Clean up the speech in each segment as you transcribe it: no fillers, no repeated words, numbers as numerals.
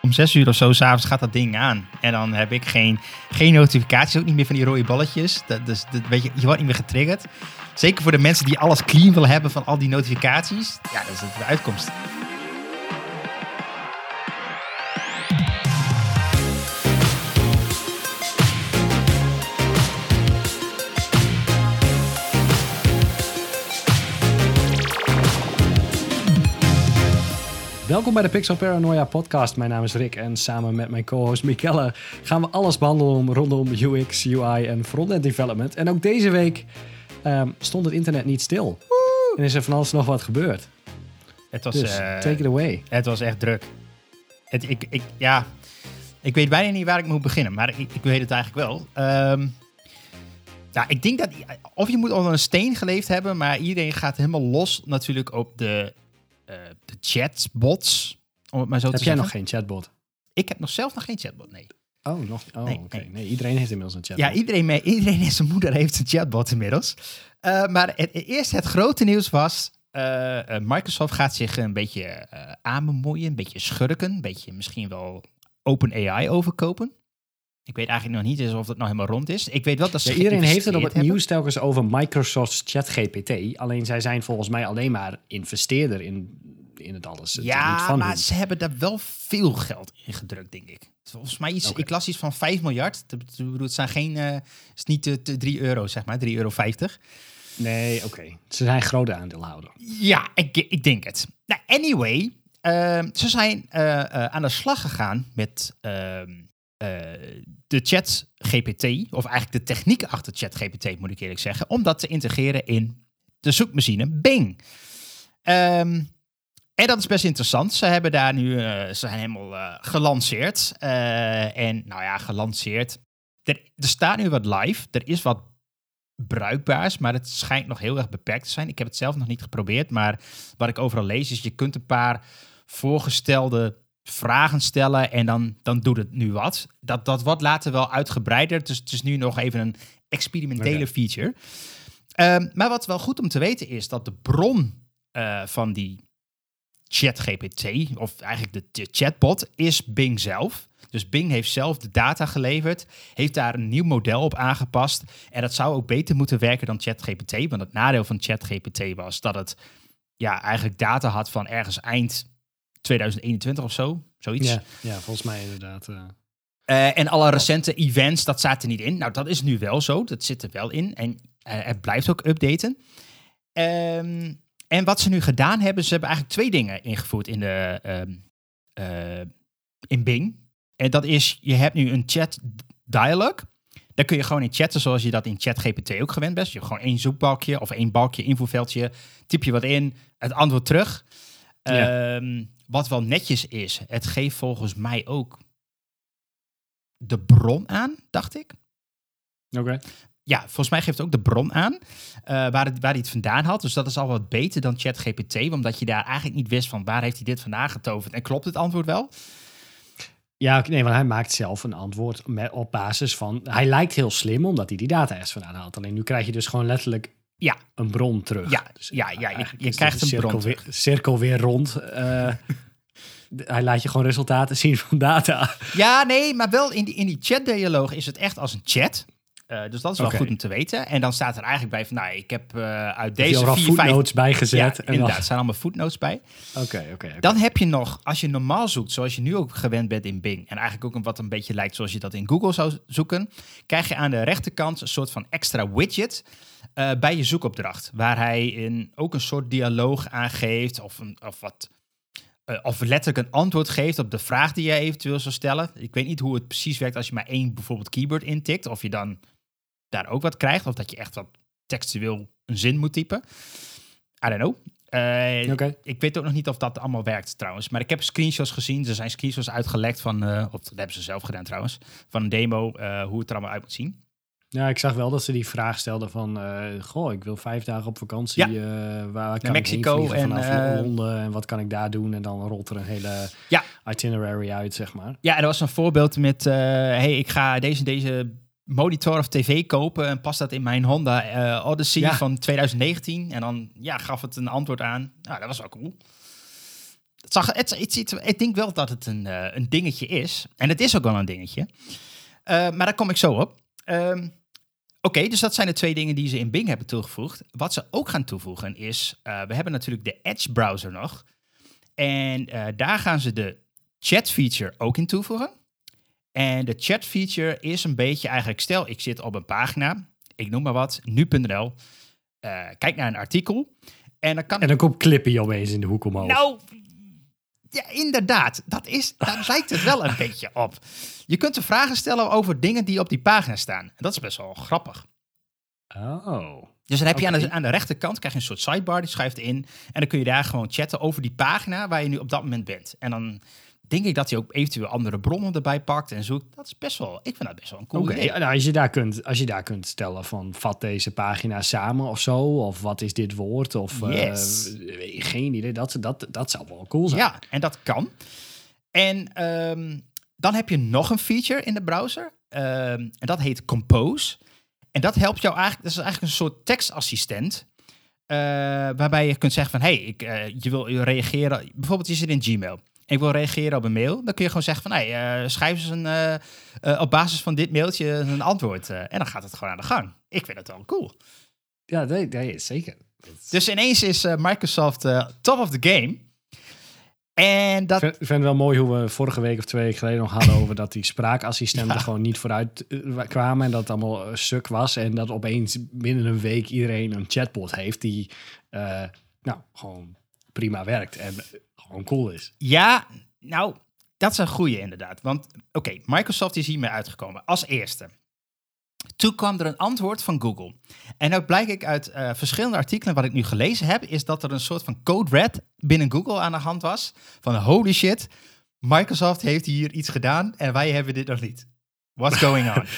om 6 uur of zo 's avonds gaat dat ding aan. En dan heb ik geen notificaties, ook niet meer van die rode balletjes. Weet je wordt niet meer getriggerd. Zeker voor de mensen die alles clean willen hebben van al die notificaties. Ja, dat is de uitkomst. Welkom bij de Pixel Paranoia podcast. Mijn naam is Rick en samen met mijn co-host Michelle gaan we alles behandelen rondom UX, UI en frontend development. En ook deze week stond het internet niet stil. En is er van alles nog wat gebeurd. Het was, dus take it away. Het was echt druk. Ik weet bijna niet waar ik moet beginnen, maar ik weet het eigenlijk wel. Ik denk dat of je moet onder een steen geleefd hebben, maar iedereen gaat helemaal los natuurlijk op de chatbots, om het maar zo te zeggen. Heb jij nog geen chatbot? Ik heb zelf nog geen chatbot, nee. Oh, nog? Oh, nee, oké. nee. Nee, iedereen heeft inmiddels een chatbot. Ja, iedereen en zijn moeder heeft een chatbot inmiddels. Maar eerst het grote nieuws was, Microsoft gaat zich een beetje aanbemoeien, een beetje schurken, een beetje misschien wel OpenAI overkopen. Ik weet eigenlijk nog niet eens of het nog helemaal rond is. Ik weet wel dat ze iedereen heeft het op het hebben. nieuws telkens over Microsoft's ChatGPT. Alleen zij zijn volgens mij alleen maar investeerder in het alles. Ja, maar ze hebben daar wel veel geld in gedrukt, denk ik. Volgens mij ik las iets van 5 miljard. Het zijn geen, is niet 3 euro, zeg maar, 3,50 euro. Nee, oké. Ze zijn grote aandeelhouder. Ja, ik denk het. Nou, anyway, ze zijn aan de slag gegaan met de ChatGPT, of eigenlijk de techniek achter ChatGPT, moet ik eerlijk zeggen, om dat te integreren in de zoekmachine Bing. En dat is best interessant. Ze hebben daar nu, ze zijn helemaal gelanceerd. Gelanceerd. Er staat nu wat live. Er is wat bruikbaars, maar het schijnt nog heel erg beperkt te zijn. Ik heb het zelf nog niet geprobeerd, maar wat ik overal lees is, je kunt een paar voorgestelde vragen stellen en dan doet het nu wat. Dat wordt later wel uitgebreider. Dus het is nu nog even een experimentele feature. Maar wat wel goed om te weten is dat de bron van die ChatGPT, of eigenlijk de chatbot, is Bing zelf. Dus Bing heeft zelf de data geleverd, heeft daar een nieuw model op aangepast. En dat zou ook beter moeten werken dan ChatGPT. Want het nadeel van ChatGPT was dat het eigenlijk data had van ergens eind 2021 of zo. Zoiets. Ja, volgens mij inderdaad. En alle recente events, dat staat er niet in. Nou, dat is nu wel zo. Dat zit er wel in. En het blijft ook updaten. En wat ze nu gedaan hebben, ze hebben eigenlijk 2 dingen ingevoerd in Bing. En dat is, je hebt nu een chat dialog. Daar kun je gewoon in chatten zoals je dat in ChatGPT ook gewend bent. Je hebt gewoon 1 zoekbalkje of 1 balkje invoerveldje. Typ je wat in, het antwoord terug. Ja. Wat wel netjes is, het geeft volgens mij ook de bron aan, dacht ik. Oké. Ja, volgens mij geeft het ook de bron aan waar hij het vandaan had. Dus dat is al wat beter dan ChatGPT, omdat je daar eigenlijk niet wist van waar heeft hij dit vandaan getoverd. En klopt het antwoord wel? Ja, nee, want hij maakt zelf een antwoord op basis van... Hij lijkt heel slim, omdat hij die data ergens vandaan haalt. Alleen nu krijg je dus gewoon letterlijk een bron terug. Ja, dus, je krijgt een bron terug. Cirkel weer rond. Hij laat je gewoon resultaten zien van data. Ja, nee, maar wel in die chatdialoog is het echt als een chat. Dus dat is wel goed om te weten. En dan staat er eigenlijk bij van, ik heb uit deze 4, 5... footnotes bijgezet. Ja, inderdaad, er staan allemaal footnotes bij. Oké. Dan heb je nog, als je normaal zoekt, zoals je nu ook gewend bent in Bing, en eigenlijk ook wat een beetje lijkt zoals je dat in Google zou zoeken, krijg je aan de rechterkant een soort van extra widget bij je zoekopdracht, waar hij ook een soort dialoog aangeeft, of letterlijk een antwoord geeft op de vraag die je eventueel zou stellen. Ik weet niet hoe het precies werkt als je maar 1 bijvoorbeeld keyword intikt, of je dan daar ook wat krijgt, of dat je echt wat textueel een zin moet typen. I don't know. Ik weet ook nog niet of dat allemaal werkt trouwens, maar ik heb screenshots gezien. Er zijn screenshots uitgelekt van, of dat hebben ze zelf gedaan trouwens, van een demo, hoe het er allemaal uit moet zien. Ja, ik zag wel dat ze die vraag stelden van... ik wil 5 dagen op vakantie. Waar kan Mexico ik heen vliegen vanaf Londen en wat kan ik daar doen? En dan rolt er een hele itinerary uit, zeg maar. Ja, er was een voorbeeld met... ik ga deze monitor of tv kopen en past dat in mijn Honda Odyssey van 2019. En dan gaf het een antwoord aan. Nou, dat was wel cool. Ik denk wel dat het een dingetje is. En het is ook wel een dingetje. Maar daar kom ik zo op. Oké, dus dat zijn de 2 dingen die ze in Bing hebben toegevoegd. Wat ze ook gaan toevoegen is... we hebben natuurlijk de Edge-browser nog. En daar gaan ze de chat-feature ook in toevoegen. En de chat-feature is een beetje eigenlijk... Stel, ik zit op een pagina. Ik noem maar wat. Nu.nl. Kijk naar een artikel. En dan komt Clippy opeens in de hoek omhoog. Nou... Ja, inderdaad. Daar lijkt het wel een beetje op. Je kunt er vragen stellen over dingen die op die pagina staan. En dat is best wel grappig. Oh. Dus dan heb je aan de rechterkant krijg je een soort sidebar, die schuift in. En dan kun je daar gewoon chatten over die pagina waar je nu op dat moment bent. En dan denk ik dat hij ook eventueel andere bronnen erbij pakt en zoekt. Dat is best wel, ik vind dat best wel een cool idee. Nou, als je daar kunt stellen van, vat deze pagina samen of zo, of wat is dit woord, of geen idee, dat zou wel cool zijn. Ja, en dat kan. En dan heb je nog een feature in de browser, en dat heet Compose. En dat helpt jou eigenlijk, dat is eigenlijk een soort tekstassistent, waarbij je kunt zeggen van, je wil reageren, bijvoorbeeld je zit in Gmail. Ik wil reageren op een mail, dan kun je gewoon zeggen van... schrijf eens op basis van dit mailtje een antwoord. En dan gaat het gewoon aan de gang. Ik vind het wel cool. Ja, dat is zeker. Dus ineens is Microsoft top of the game. En dat... Ik vind het wel mooi hoe we vorige week of 2 weken geleden nog hadden... over dat die spraakassistenten gewoon niet vooruit kwamen... en dat het allemaal suk was. En dat opeens binnen een week iedereen een chatbot heeft... die gewoon prima werkt en... gewoon cool is. Ja, nou, dat is een goeie inderdaad. Want, Microsoft is hiermee uitgekomen als eerste. Toen kwam er een antwoord van Google. En nou blijk ik uit verschillende artikelen wat ik nu gelezen heb... is dat er een soort van code red binnen Google aan de hand was. Van holy shit, Microsoft heeft hier iets gedaan en wij hebben dit nog niet. What's going on?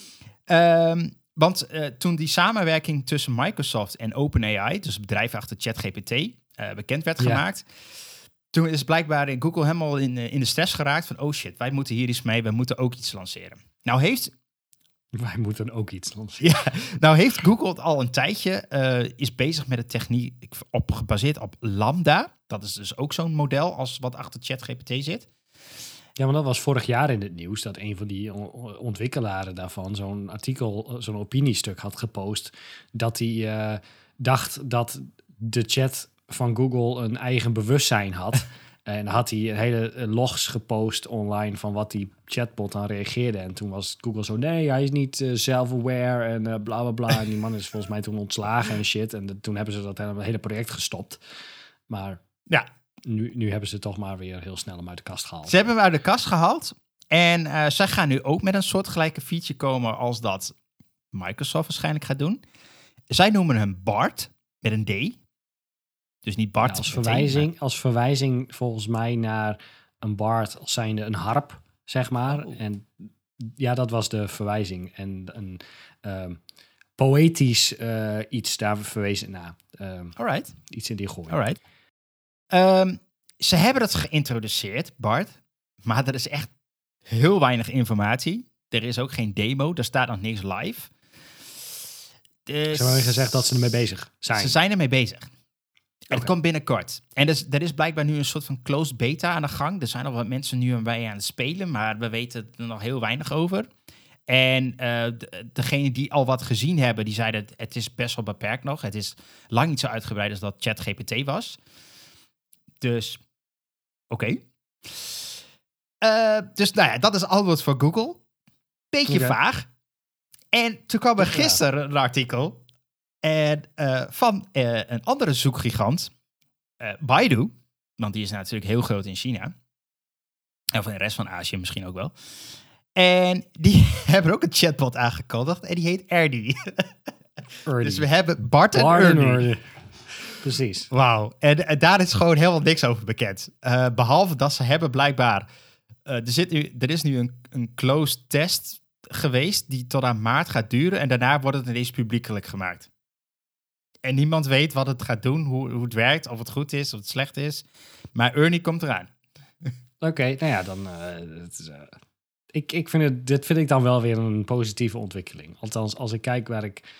Want toen die samenwerking tussen Microsoft en OpenAI... dus het bedrijf achter ChatGPT, bekend werd gemaakt... Toen is blijkbaar in Google helemaal in de stress geraakt van... oh shit, wij moeten hier iets mee, wij moeten ook iets lanceren. Wij moeten ook iets lanceren. Ja, nou heeft Google al een tijdje... is bezig met de techniek gebaseerd op Lambda. Dat is dus ook zo'n model als wat achter ChatGPT zit. Ja, maar dat was vorig jaar in het nieuws... dat een van die ontwikkelaren daarvan... zo'n artikel, zo'n opiniestuk had gepost... dat hij dacht dat de chat... van Google een eigen bewustzijn had. En had hij een hele logs gepost online van wat die chatbot aan reageerde. En toen was Google zo, nee, hij is niet self-aware en bla bla bla. En die man is volgens mij toen ontslagen en shit. En toen hebben ze dat hele project gestopt. Maar ja, nu hebben ze toch maar weer heel snel hem uit de kast gehaald. Ze hebben hem uit de kast gehaald. En zij gaan nu ook met een soortgelijke feature komen als dat Microsoft waarschijnlijk gaat doen. Zij noemen hem Bart met een D. Dus niet Bart. Als verwijzing volgens mij naar een Bart als zijnde een harp, zeg maar. Oh. En ja, dat was de verwijzing. En een poëtisch iets, daar verwezen naar. Alright. Iets in die gooi. Alright. Ze hebben het geïntroduceerd, Bart. Maar er is echt heel weinig informatie. Er is ook geen demo. Er staat nog niks live. Dus... Ze hebben gezegd dat ze ermee bezig zijn. Ze zijn ermee bezig. Okay. Het komt binnenkort. En dus, er is blijkbaar nu een soort van closed beta aan de gang. Er zijn al wat mensen nu en wij aan het spelen, maar we weten er nog heel weinig over. En degenen die al wat gezien hebben, die zeiden het is best wel beperkt nog. Het is lang niet zo uitgebreid als dat ChatGPT was. Dus, oké. Dus nou ja, dat is antwoord voor Google. Beetje vaag. En toen kwam er gisteren een artikel... En van een andere zoekgigant, Baidu, want die is natuurlijk heel groot in China. Of in de rest van Azië misschien ook wel. En die hebben ook een chatbot aangekondigd en die heet Ernie. Dus we hebben Bart en Ernie. Precies. Wauw. En daar is gewoon helemaal niks over bekend. Behalve dat ze hebben blijkbaar... er is nu een closed test geweest die tot aan maart gaat duren. En daarna wordt het ineens publiekelijk gemaakt. En niemand weet wat het gaat doen, hoe het werkt, of het goed is, of het slecht is. Maar Ernie komt eraan. Oké, nou ja, dan... dit vind ik dan wel weer een positieve ontwikkeling. Althans, als ik kijk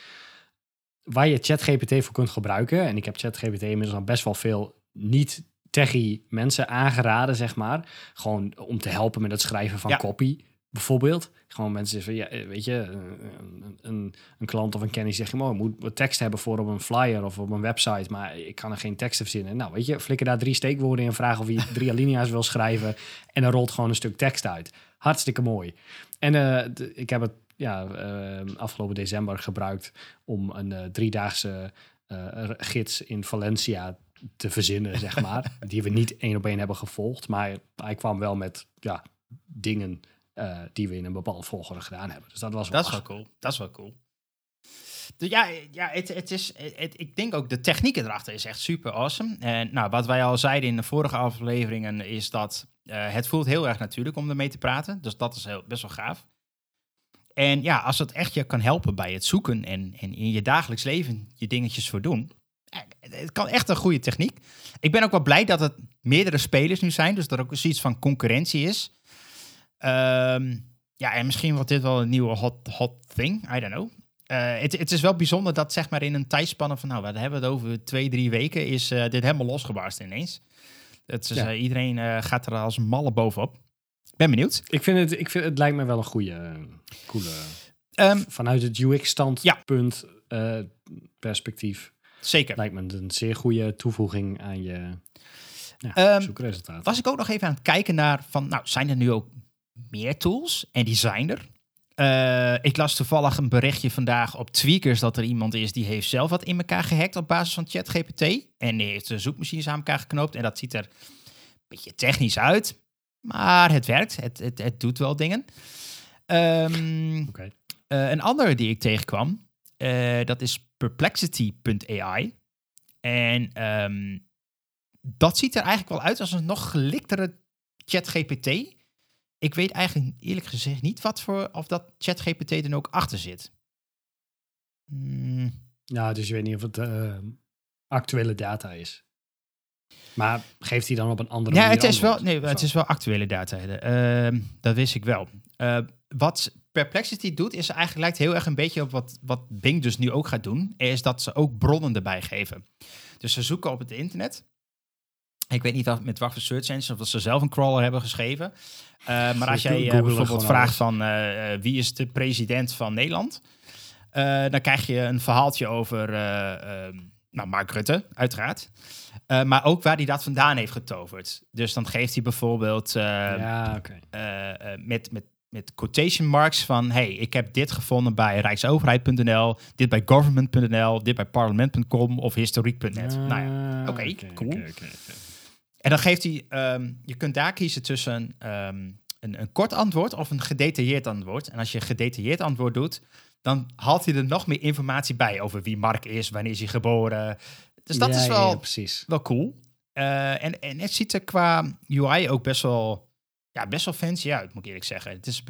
waar je ChatGPT voor kunt gebruiken... en ik heb ChatGPT inmiddels al best wel veel niet techie mensen aangeraden, zeg maar. Gewoon om te helpen met het schrijven van copy, bijvoorbeeld. Gewoon mensen van, weet je, een klant of een kennis zegt, ik moet wat tekst hebben voor op een flyer of op een website, maar ik kan er geen teksten verzinnen. Nou, weet je, flikker daar 3 steekwoorden in en vraag of je 3 alinea's wil schrijven en dan rolt gewoon een stuk tekst uit. Hartstikke mooi. En ik heb het afgelopen december gebruikt om een 3-daagse gids in Valencia te verzinnen, zeg maar. Die we niet 1 op 1 hebben gevolgd, maar hij kwam wel met dingen die we in een bepaalde volgorde gedaan hebben. Dus dat was wel cool. Dat is wel cool. Dus ik denk ook de techniek erachter is echt super awesome. En wat wij al zeiden in de vorige afleveringen is dat het voelt heel erg natuurlijk om ermee te praten. Dus dat is best wel gaaf. En als het echt je kan helpen bij het zoeken en in je dagelijks leven je dingetjes voor doen. Het kan echt een goede techniek. Ik ben ook wel blij dat het meerdere spelers nu zijn. Dus dat er ook zoiets van concurrentie is. En misschien wordt dit wel een nieuwe hot thing. I don't know. Het is wel bijzonder dat zeg maar in een tijdspanne van... we hebben het over 2-3 weken... is dit helemaal losgebarst ineens. Iedereen gaat er als een malle bovenop. Ik ben benieuwd. Ik vind het lijkt me wel een goede, coole... vanuit het UX-standpunt perspectief. Zeker. Lijkt me een zeer goede toevoeging aan je zoekresultaten. Was ik ook nog even aan het kijken naar van... zijn er nu ook meer tools? En die zijn er. Ik las toevallig een berichtje vandaag op Tweakers... dat er iemand is die heeft zelf wat in elkaar gehackt... op basis van ChatGPT. En die heeft de zoekmachines aan elkaar geknoopt. En dat ziet er een beetje technisch uit. Maar het werkt. Het doet wel dingen. Een andere die ik tegenkwam... dat is perplexity.ai. En dat ziet er eigenlijk wel uit als een nog geliktere ChatGPT. Ik weet eigenlijk eerlijk gezegd niet of dat ChatGPT er ook achter zit. Dus je weet niet of het actuele data is. Maar geeft hij dan op een andere manier het is wel actuele data. Dat wist ik wel. Wat Perplexity doet, is eigenlijk lijkt heel erg een beetje op wat Bing dus nu ook gaat doen, is dat ze ook bronnen erbij geven. Dus ze zoeken op het internet. Ik weet niet met wat voor search engine, of dat ze zelf een crawler hebben geschreven. Maar als jij bijvoorbeeld vraagt van wie is de president van Nederland, dan krijg je een verhaaltje over Mark Rutte, uiteraard. Maar ook waar hij dat vandaan heeft getoverd. Dus dan geeft hij bijvoorbeeld met quotation marks van... ik heb dit gevonden bij rijksoverheid.nl... dit bij government.nl... dit bij parlement.com of historiek.net. Cool. Okay. En dan geeft hij... je kunt daar kiezen tussen een kort antwoord... of een gedetailleerd antwoord. En als je een gedetailleerd antwoord doet... dan haalt hij er nog meer informatie bij... over wie Mark is, wanneer is hij geboren. Dus dat is wel cool. En het ziet er qua UI ook best wel fancy uit, moet ik eerlijk zeggen. Het is een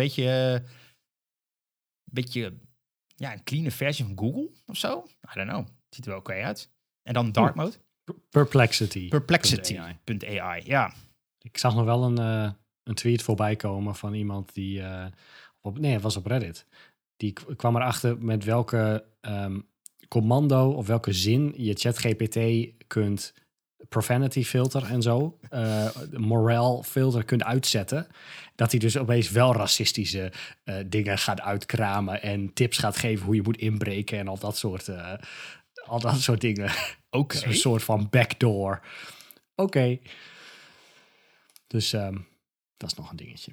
beetje een cleaner versie van Google of zo. I don't know. Het ziet er wel oké uit. En dan dark mode. Perplexity.ai, ja. Ik zag nog wel een tweet voorbij komen van iemand die... het was op Reddit. Die kwam erachter met welke commando of welke zin je ChatGPT kunt... profanity filter en zo, morale filter kunt uitzetten, dat hij dus opeens wel racistische dingen gaat uitkramen en tips gaat geven hoe je moet inbreken en al dat soort dingen. Ook een soort van backdoor. Oké. Dus dat is nog een dingetje.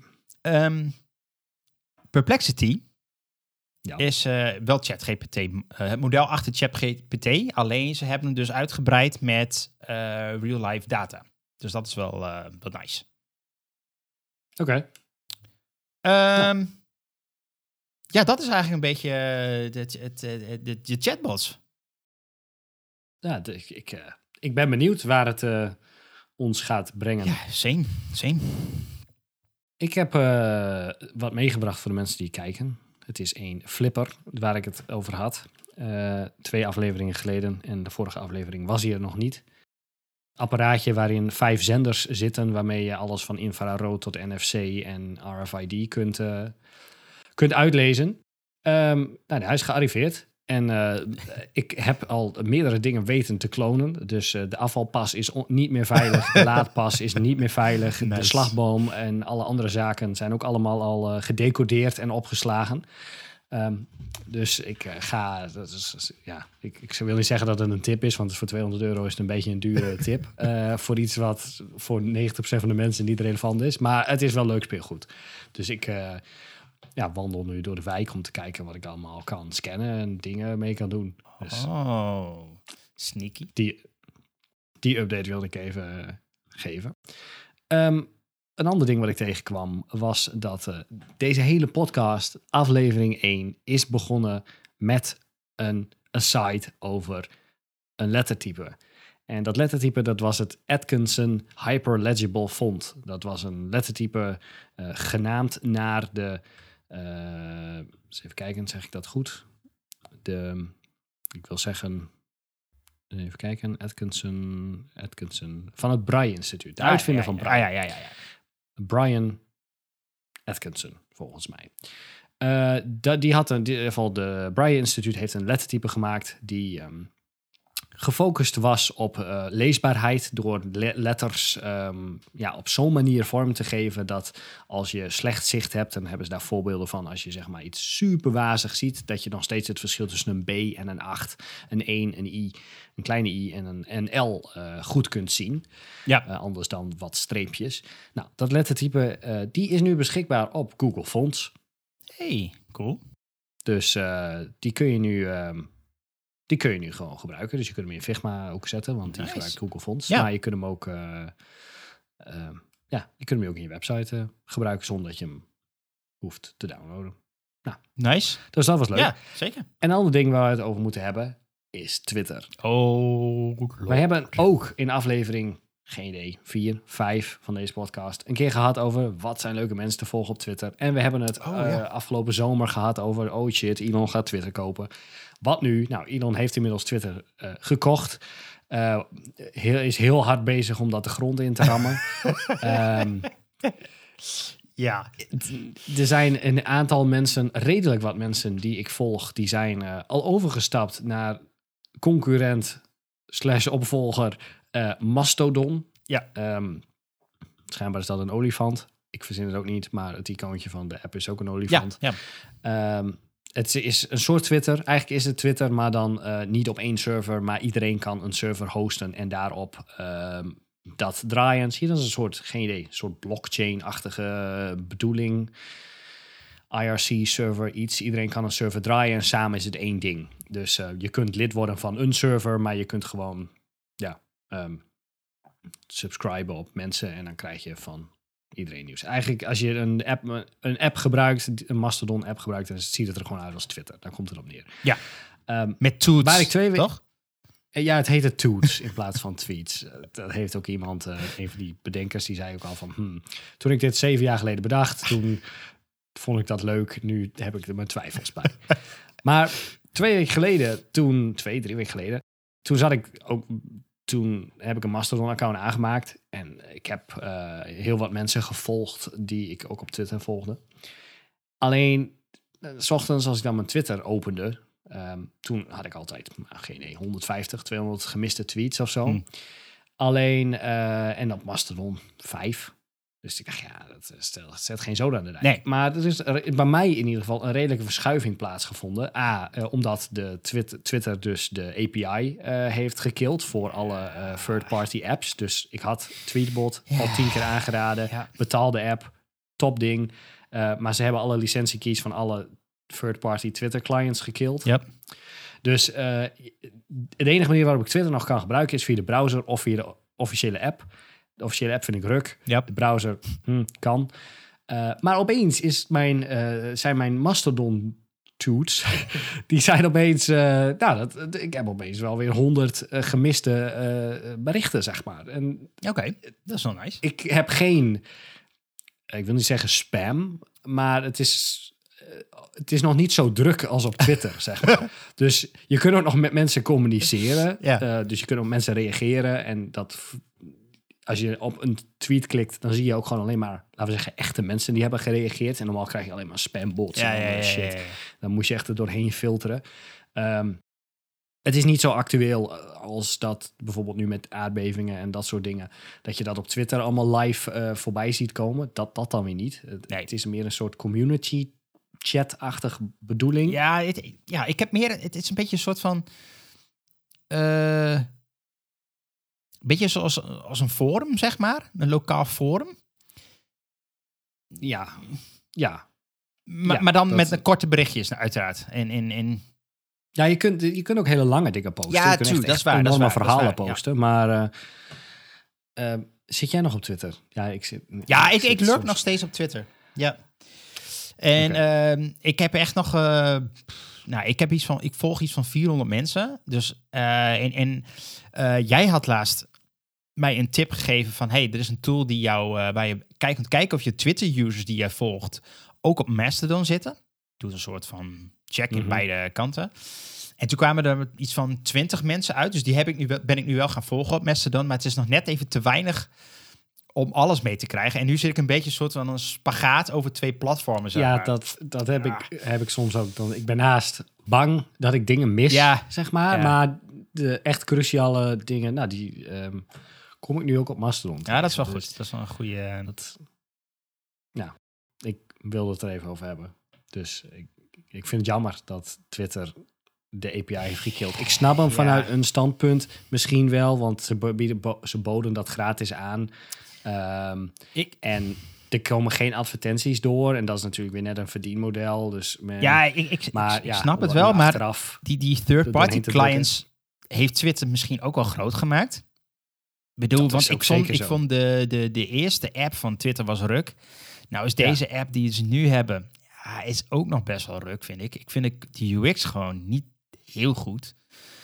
Perplexity is wel ChatGPT. Het model achter ChatGPT. Alleen ze hebben hem dus uitgebreid met real-life data. Dus dat is wel nice. Oké. Dat is eigenlijk een beetje de chatbots. Ja, ik ben benieuwd waar het ons gaat brengen. Ja, same. Ik heb wat meegebracht voor de mensen die kijken. Het is een flipper waar ik het over had. 2 afleveringen geleden. En de vorige aflevering was hij er nog niet. Apparaatje waarin 5 zenders zitten. Waarmee je alles van infrarood tot NFC en RFID kunt uitlezen. Hij is gearriveerd. En ik heb al meerdere dingen weten te klonen. Dus de afvalpas is niet meer veilig. De laadpas is niet meer veilig. Nice. De slagboom en alle andere zaken zijn ook allemaal al gedecodeerd en opgeslagen. Dus ik ga... Ik wil niet zeggen dat het een tip is, want voor €200 is het een beetje een dure tip. Voor iets wat voor 90% van de mensen niet relevant is. Maar het is wel leuk speelgoed. Dus ik wandel nu door de wijk om te kijken wat ik allemaal kan scannen en dingen mee kan doen. Dus sneaky. die update wilde ik even geven. Een ander ding wat ik tegenkwam was dat deze hele podcast, aflevering 1, is begonnen met een aside over een lettertype. En dat lettertype, dat was het Atkinson Hyperlegible Font. Dat was een lettertype genaamd naar de... eens even kijken, zeg ik dat goed? Ik wil zeggen... Even kijken, Atkinson van het Braille Instituut. De uitvinder van Braille. Ja. Brian Atkinson, volgens mij. Die had in ieder geval de Braille Instituut heeft een lettertype gemaakt die gefocust was op leesbaarheid door letters op zo'n manier vorm te geven dat als je slecht zicht hebt, dan hebben ze daar voorbeelden van. Als je zeg maar iets super wazig ziet, dat je nog steeds het verschil tussen een B en een 8, een 1, een I, een kleine I en een L goed kunt zien. Ja. Anders dan wat streepjes. Nou, dat lettertype die is nu beschikbaar op Google Fonts. Hey, cool. Dus die kun je nu gewoon gebruiken. Dus je kunt hem in Figma ook zetten, want die gebruikt Google Fonts. Ja. Maar je kunt hem ook, je kunt hem ook in je website gebruiken zonder dat je hem hoeft te downloaden. Nou, nice. Dus dat was leuk. Ja, zeker. En een ander ding waar we het over moeten hebben is Twitter. Wij hebben ook in aflevering, geen idee, 4, 5 van deze podcast een keer gehad over wat zijn leuke mensen te volgen op Twitter. En we hebben het afgelopen zomer gehad over, oh shit, Elon gaat Twitter kopen. Wat nu? Nou, Elon heeft inmiddels Twitter gekocht. Is heel hard bezig om dat de grond in te rammen. Ja. Er zijn een aantal mensen, redelijk wat mensen die ik volg, die zijn al overgestapt naar concurrent / opvolger Mastodon. Ja. Schijnbaar is dat een olifant. Ik verzin het ook niet, maar het icoontje van de app is ook een olifant. Ja. Het is een soort Twitter. Eigenlijk is het Twitter, maar dan niet op één server. Maar iedereen kan een server hosten en daarop dat draaien. Zie je, dat is een soort, geen idee, een soort blockchain-achtige bedoeling. IRC-server, iets. Iedereen kan een server draaien en samen is het één ding. Dus je kunt lid worden van een server, maar je kunt gewoon subscriben op mensen en dan krijg je van iedereen nieuws. Eigenlijk als je een app gebruikt, een Mastodon-app gebruikt, dan ziet het er gewoon uit als Twitter. Daar komt het op neer. Ja. Met tweets, waar ik toch? Ja, het heette tweets in plaats van tweets. Dat heeft ook iemand, een van die bedenkers, die zei ook al van... Toen ik dit 7 jaar geleden bedacht, toen vond ik dat leuk. Nu heb ik er mijn twijfels bij. Maar 2 weken geleden, 3 weken geleden, toen heb ik een Mastodon-account aangemaakt. En ik heb heel wat mensen gevolgd die ik ook op Twitter volgde. Alleen, 's ochtends als ik dan mijn Twitter opende, toen had ik altijd, geen idee, 150, 200 gemiste tweets of zo. Alleen, en op Mastodon 5. Dus ik dacht, ja, dat zet geen zoden aan de dijk. Nee. Maar er is bij mij in ieder geval een redelijke verschuiving plaatsgevonden. Omdat de Twitter dus de API heeft gekild voor alle third-party apps. Dus ik had Tweetbot al 10 keer aangeraden. Ja. Betaalde app, top ding. Maar ze hebben alle licentiekeys van alle third-party Twitter clients gekild. Yep. Dus de enige manier waarop ik Twitter nog kan gebruiken is via de browser of via de officiële app. De officiële app vind ik ruk. Yep. De browser kan. Maar opeens zijn mijn Mastodon-tweets... die zijn opeens... ik heb opeens wel weer 100 gemiste berichten, zeg maar. Oké, dat is wel nice. Ik heb geen... Ik wil niet zeggen spam, maar het is nog niet zo druk als op Twitter, zeg maar. Dus je kunt ook nog met mensen communiceren. Ja. Dus je kunt op mensen reageren en dat... als je op een tweet klikt, dan zie je ook gewoon alleen maar, laten we zeggen, echte mensen die hebben gereageerd. En normaal krijg je alleen maar spambots en andere shit. Ja. Dan moet je echt er doorheen filteren. Het is niet zo actueel als dat bijvoorbeeld nu met aardbevingen en dat soort dingen. Dat je dat op Twitter allemaal live voorbij ziet komen. Dat dan weer niet. Het is meer een soort community chat-achtig bedoeling. Ja, ik heb meer... Het is een beetje een soort van... beetje zoals als een forum, zeg maar. Een lokaal forum. Ja. Maar dan met een korte berichtjes, uiteraard. Ja, je kunt ook hele lange dingen posten. Ja, dat is waar. Enorme dat verhalen waar, posten. Ja. Maar zit jij nog op Twitter? Ik lurk nog steeds op Twitter. Ja. En ik heb echt nog... ik volg iets van 400 mensen. Dus, jij had laatst mij een tip gegeven van... er is een tool die waar je kunt kijken of je Twitter-users die jij volgt... ook op Mastodon zitten. Doet een soort van check in beide kanten. En toen kwamen er iets van 20 mensen uit. Dus die ben ik nu wel gaan volgen op Mastodon. Maar het is nog net even te weinig om alles mee te krijgen. En nu zit ik een beetje een soort van een spagaat over 2 platformen. Zeg maar. Dat heb ik soms ook. Ik ben haast bang dat ik dingen mis, zeg maar. Ja. Maar de echt cruciale dingen, die kom ik nu ook op Mastodon. Ja, dat is wel goed. Dat is wel een goede... Ik wilde het er even over hebben. Dus ik vind het jammer dat Twitter de API heeft gekild. Ik snap hem vanuit een standpunt misschien wel, want ze boden dat gratis aan. En er komen geen advertenties door. En dat is natuurlijk weer net een verdienmodel. Dus ik snap het wel, maar die third-party clients heeft Twitter misschien ook wel groot gemaakt. Ik bedoel, want ik vond de eerste app van Twitter was ruk. Nou is deze app die ze nu hebben, is ook nog best wel ruk, vind ik. Ik vind de UX gewoon niet heel goed.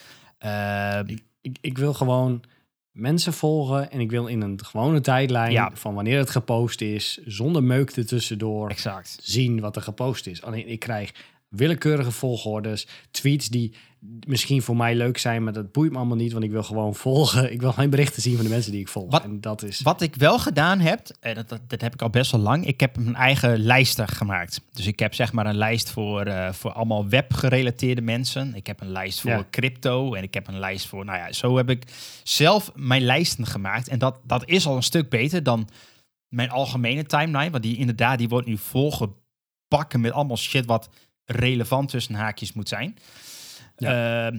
Ik wil gewoon mensen volgen en ik wil in een gewone tijdlijn van wanneer het gepost is, zonder meuk ertussendoor, zien wat er gepost is. Alleen ik krijg willekeurige volgordes, tweets die misschien voor mij leuk zijn, maar dat boeit me allemaal niet, want ik wil gewoon volgen. Ik wil geen berichten zien van de mensen die ik volg. Wat ik wel gedaan heb, en dat heb ik al best wel lang, ik heb een eigen lijsten gemaakt. Dus ik heb zeg maar een lijst voor allemaal webgerelateerde mensen. Ik heb een lijst voor crypto en ik heb een lijst voor, zo heb ik zelf mijn lijsten gemaakt. En dat is al een stuk beter dan mijn algemene timeline, want die wordt nu volgebakken met allemaal shit wat relevant tussen haakjes moet zijn. Ja.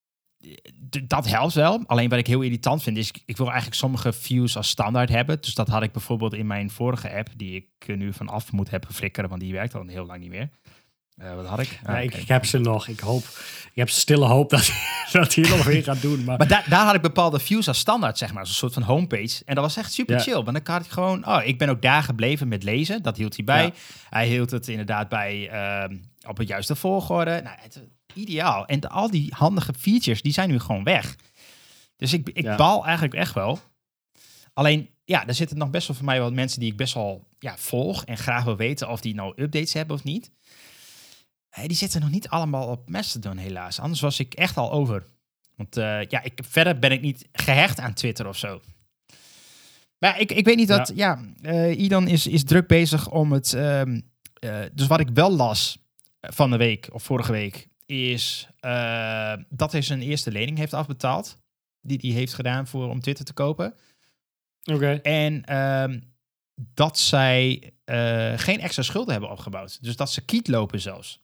Dat helpt wel. Alleen wat ik heel irritant vind is, ik wil eigenlijk sommige views als standaard hebben. Dus dat had ik bijvoorbeeld in mijn vorige app, die ik nu vanaf moet hebben flikkeren, want die werkt al heel lang niet meer. Wat had ik? Ik heb ze nog. Ik heb stille hoop dat hij nog weer gaat doen. Maar daar had ik bepaalde views als standaard, zeg maar. Als een soort van homepage. En dat was echt super chill. Want dan had ik gewoon... ik ben ook daar gebleven met lezen. Dat hield hij bij. Ja. Hij hield het inderdaad bij op het juiste volgorde. Ideaal. En al die handige features, die zijn nu gewoon weg. Dus ik baal eigenlijk echt wel. Alleen, er zitten nog best wel voor mij wat mensen die ik best wel volg en graag wil weten of die nou updates hebben of niet. Die zitten nog niet allemaal op Mastodon, helaas. Anders was ik echt al over. Want verder ben ik niet gehecht aan Twitter of zo. Maar ik weet niet dat... Idan is druk bezig om het... dus wat ik wel las van de week, of vorige week, is dat hij zijn eerste lening heeft afbetaald. Die hij heeft gedaan om Twitter te kopen. Oké. En dat zij geen extra schulden hebben opgebouwd. Dus dat ze kiet lopen zelfs.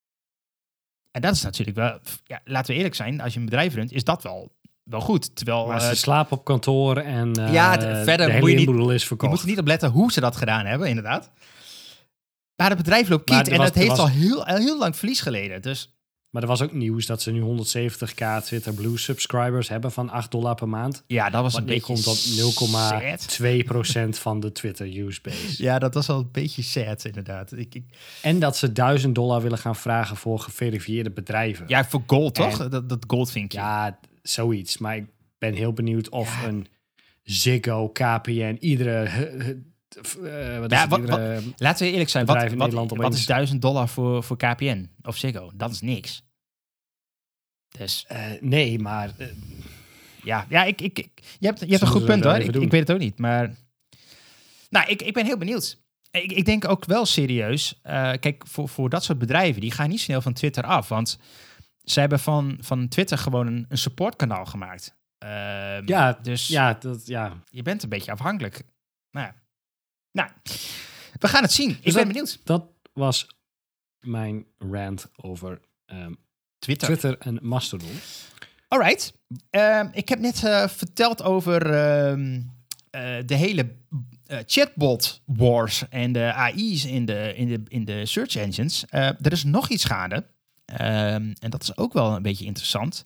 En dat is natuurlijk wel... laten we eerlijk zijn, als je een bedrijf runt, is dat wel goed. Terwijl, maar ze slapen op kantoor en verder de hele inboedel is verkocht. Je moet er niet op letten hoe ze dat gedaan hebben, inderdaad. Maar het bedrijf loopt kiet en het heeft al heel lang verlies geleden. Dus... Maar er was ook nieuws dat ze nu 170k Twitter Blue subscribers hebben van $8 per maand. Ja, dat was een beetje komt tot 0,2% van de Twitter usebase. Ja, dat was wel een beetje sad, inderdaad. En dat ze $1.000 willen gaan vragen voor geverifieerde bedrijven. Ja, voor gold, toch? Dat goldvinkje. Ja, zoiets. Maar ik ben heel benieuwd of een Ziggo, KPN, laten we eerlijk zijn. Wat is $1.000 voor KPN of Ziggo? Dat is niks. Dus. Nee, maar Ja, je hebt een goed punt hoor. Ik weet het ook niet, maar... Nou, ik ben heel benieuwd. Ik denk ook wel serieus... kijk, voor dat soort bedrijven, die gaan niet snel van Twitter af. Want ze hebben van Twitter gewoon een supportkanaal gemaakt. Dus je bent een beetje afhankelijk. Nou, we gaan het zien. Ik ben benieuwd. Dat was mijn rant over Twitter en Mastodon. Alright. Ik heb net verteld over de hele chatbot wars en de AI's in de search engines. Er is nog iets gaande. En dat is ook wel een beetje interessant.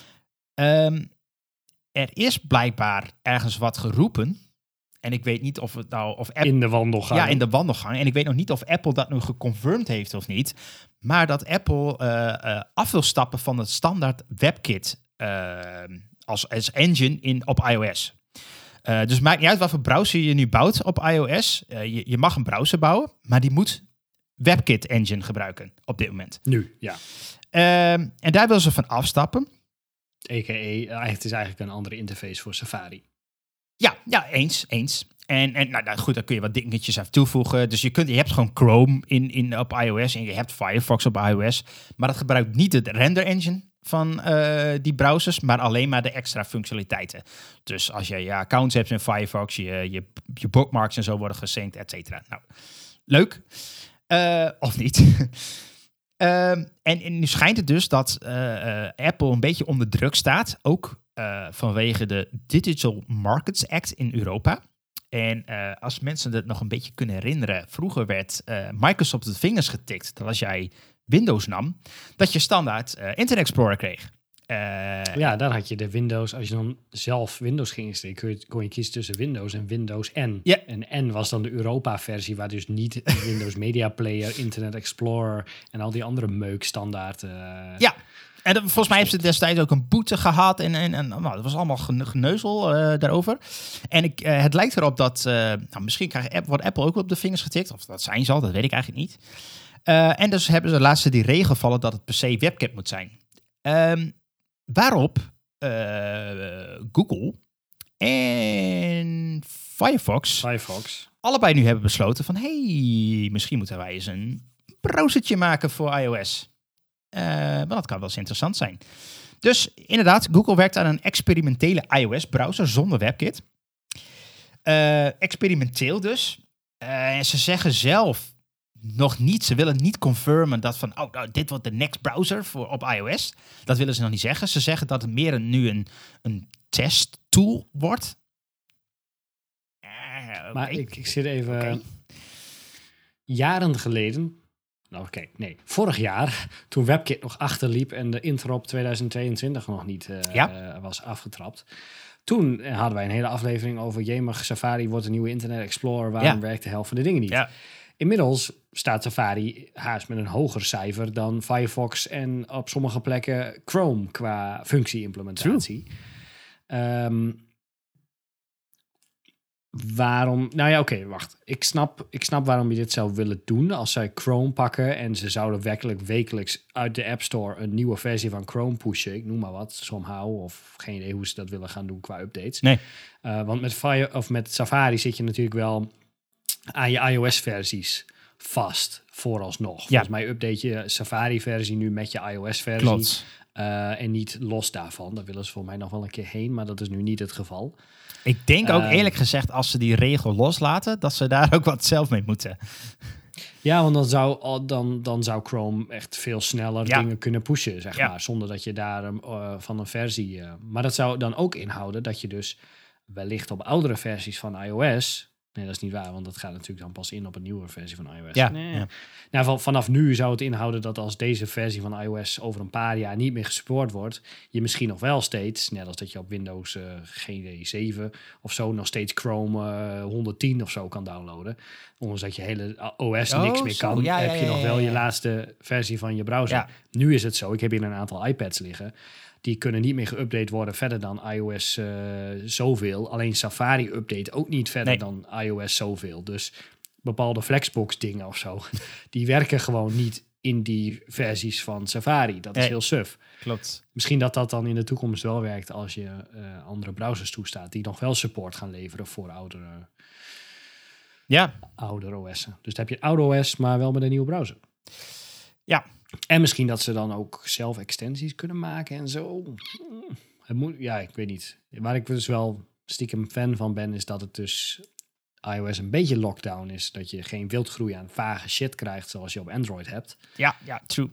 Er is blijkbaar ergens wat geroepen. En ik weet niet of het nou... Of in de wandelgang. Ja, in de wandelgang. En ik weet nog niet of Apple dat nu geconfirmed heeft of niet. Maar dat Apple af wil stappen van het standaard WebKit als engine op iOS. Dus het maakt niet uit wat voor browser je nu bouwt op iOS. Je mag een browser bouwen, maar die moet WebKit engine gebruiken op dit moment. Nu, ja. En daar wil ze van afstappen. Het is eigenlijk een andere interface voor Safari. Ja, eens. En nou goed, daar kun je wat dingetjes aan toevoegen. Dus je hebt gewoon Chrome op iOS en je hebt Firefox op iOS. Maar dat gebruikt niet het render engine van die browsers, maar alleen maar de extra functionaliteiten. Dus als je accounts hebt in Firefox, je bookmarks en zo worden gesynced, et cetera. Nou, leuk. Of niet. En nu schijnt het dus dat Apple een beetje onder druk staat, ook vanwege de Digital Markets Act in Europa. En als mensen het nog een beetje kunnen herinneren, vroeger werd Microsoft op de vingers getikt dat als jij Windows nam, dat je standaard Internet Explorer kreeg. Daar had je de Windows. Als je dan zelf Windows ging insteken, kon je kiezen tussen Windows en Windows N. Ja. En N was dan de Europa-versie, waar dus niet Windows Media Player, Internet Explorer en al die andere meuk standaard... Ja. En volgens mij heeft ze destijds ook een boete gehad. En dat was allemaal geneuzel daarover. En het lijkt erop dat... misschien wordt Apple ook op de vingers getikt. Of dat zijn ze al, dat weet ik eigenlijk niet. En dus hebben ze laatst die regel gevallen dat het per se WebKit moet zijn. Waarop Google en Firefox allebei nu hebben besloten van... misschien moeten wij eens een browsertje maken voor iOS. Want dat kan wel eens interessant zijn. Dus inderdaad, Google werkt aan een experimentele iOS-browser zonder WebKit. Experimenteel dus. Ze zeggen zelf nog niet, ze willen niet confirmen dat van, dit wordt de next browser op iOS. Dat willen ze nog niet zeggen. Ze zeggen dat het meer nu een testtool wordt. Maar ik zit even... Jaren geleden... vorig jaar, toen WebKit nog achterliep en de Interop 2022 nog niet was afgetrapt. Toen hadden wij een hele aflevering over, jemig, Safari wordt een nieuwe Internet Explorer, waarom werkt de helft van de dingen niet? Ja. Inmiddels staat Safari haast met een hoger cijfer dan Firefox en op sommige plekken Chrome qua functie-implementatie. Waarom? Wacht. Ik snap waarom je dit zou willen doen. Als zij Chrome pakken en ze zouden werkelijk wekelijks uit de App Store een nieuwe versie van Chrome pushen. Ik noem maar wat, somehow. Of geen idee hoe ze dat willen gaan doen qua updates. Nee. Want met Safari zit je natuurlijk wel aan je iOS-versies vast, vooralsnog. Ja. Volgens mij update je Safari-versie nu met je iOS-versie. Klopt. En niet los daarvan. Daar willen ze voor mij nog wel een keer heen, maar dat is nu niet het geval. Ik denk ook eerlijk gezegd, als ze die regel loslaten, dat ze daar ook wat zelf mee moeten. Ja, want dan zou Chrome echt veel sneller dingen kunnen pushen, zeg maar. Zonder dat je daar van een versie... maar dat zou dan ook inhouden dat je dus wellicht op oudere versies van iOS... Nee, dat is niet waar, want dat gaat natuurlijk dan pas in op een nieuwe versie van iOS. Ja. Nee. Ja. Nou, vanaf nu zou het inhouden dat als deze versie van iOS over een paar jaar niet meer gesupport wordt, je misschien nog wel steeds, net als dat je op Windows GD7 of zo nog steeds Chrome 110 of zo kan downloaden. Ondanks dat je hele OS niks meer kan, heb je nog wel je laatste versie van je browser. Ja. Nu is het zo, ik heb hier een aantal iPads liggen. Die kunnen niet meer geüpdate worden verder dan iOS zoveel. Alleen Safari update ook niet verder dan iOS zoveel. Dus bepaalde Flexbox dingen of zo, die werken gewoon niet in die versies van Safari. Dat is heel suf. Klopt. Misschien dat dan in de toekomst wel werkt als je andere browsers toestaat die nog wel support gaan leveren voor oude OS'en. Dus dan heb je oude OS, maar wel met een nieuwe browser. Ja. En misschien dat ze dan ook zelf extensies kunnen maken en zo. Ik weet niet. Waar ik dus wel stiekem fan van ben, is dat het dus iOS een beetje lockdown is. Dat je geen wildgroei aan vage shit krijgt zoals je op Android hebt. Ja, true.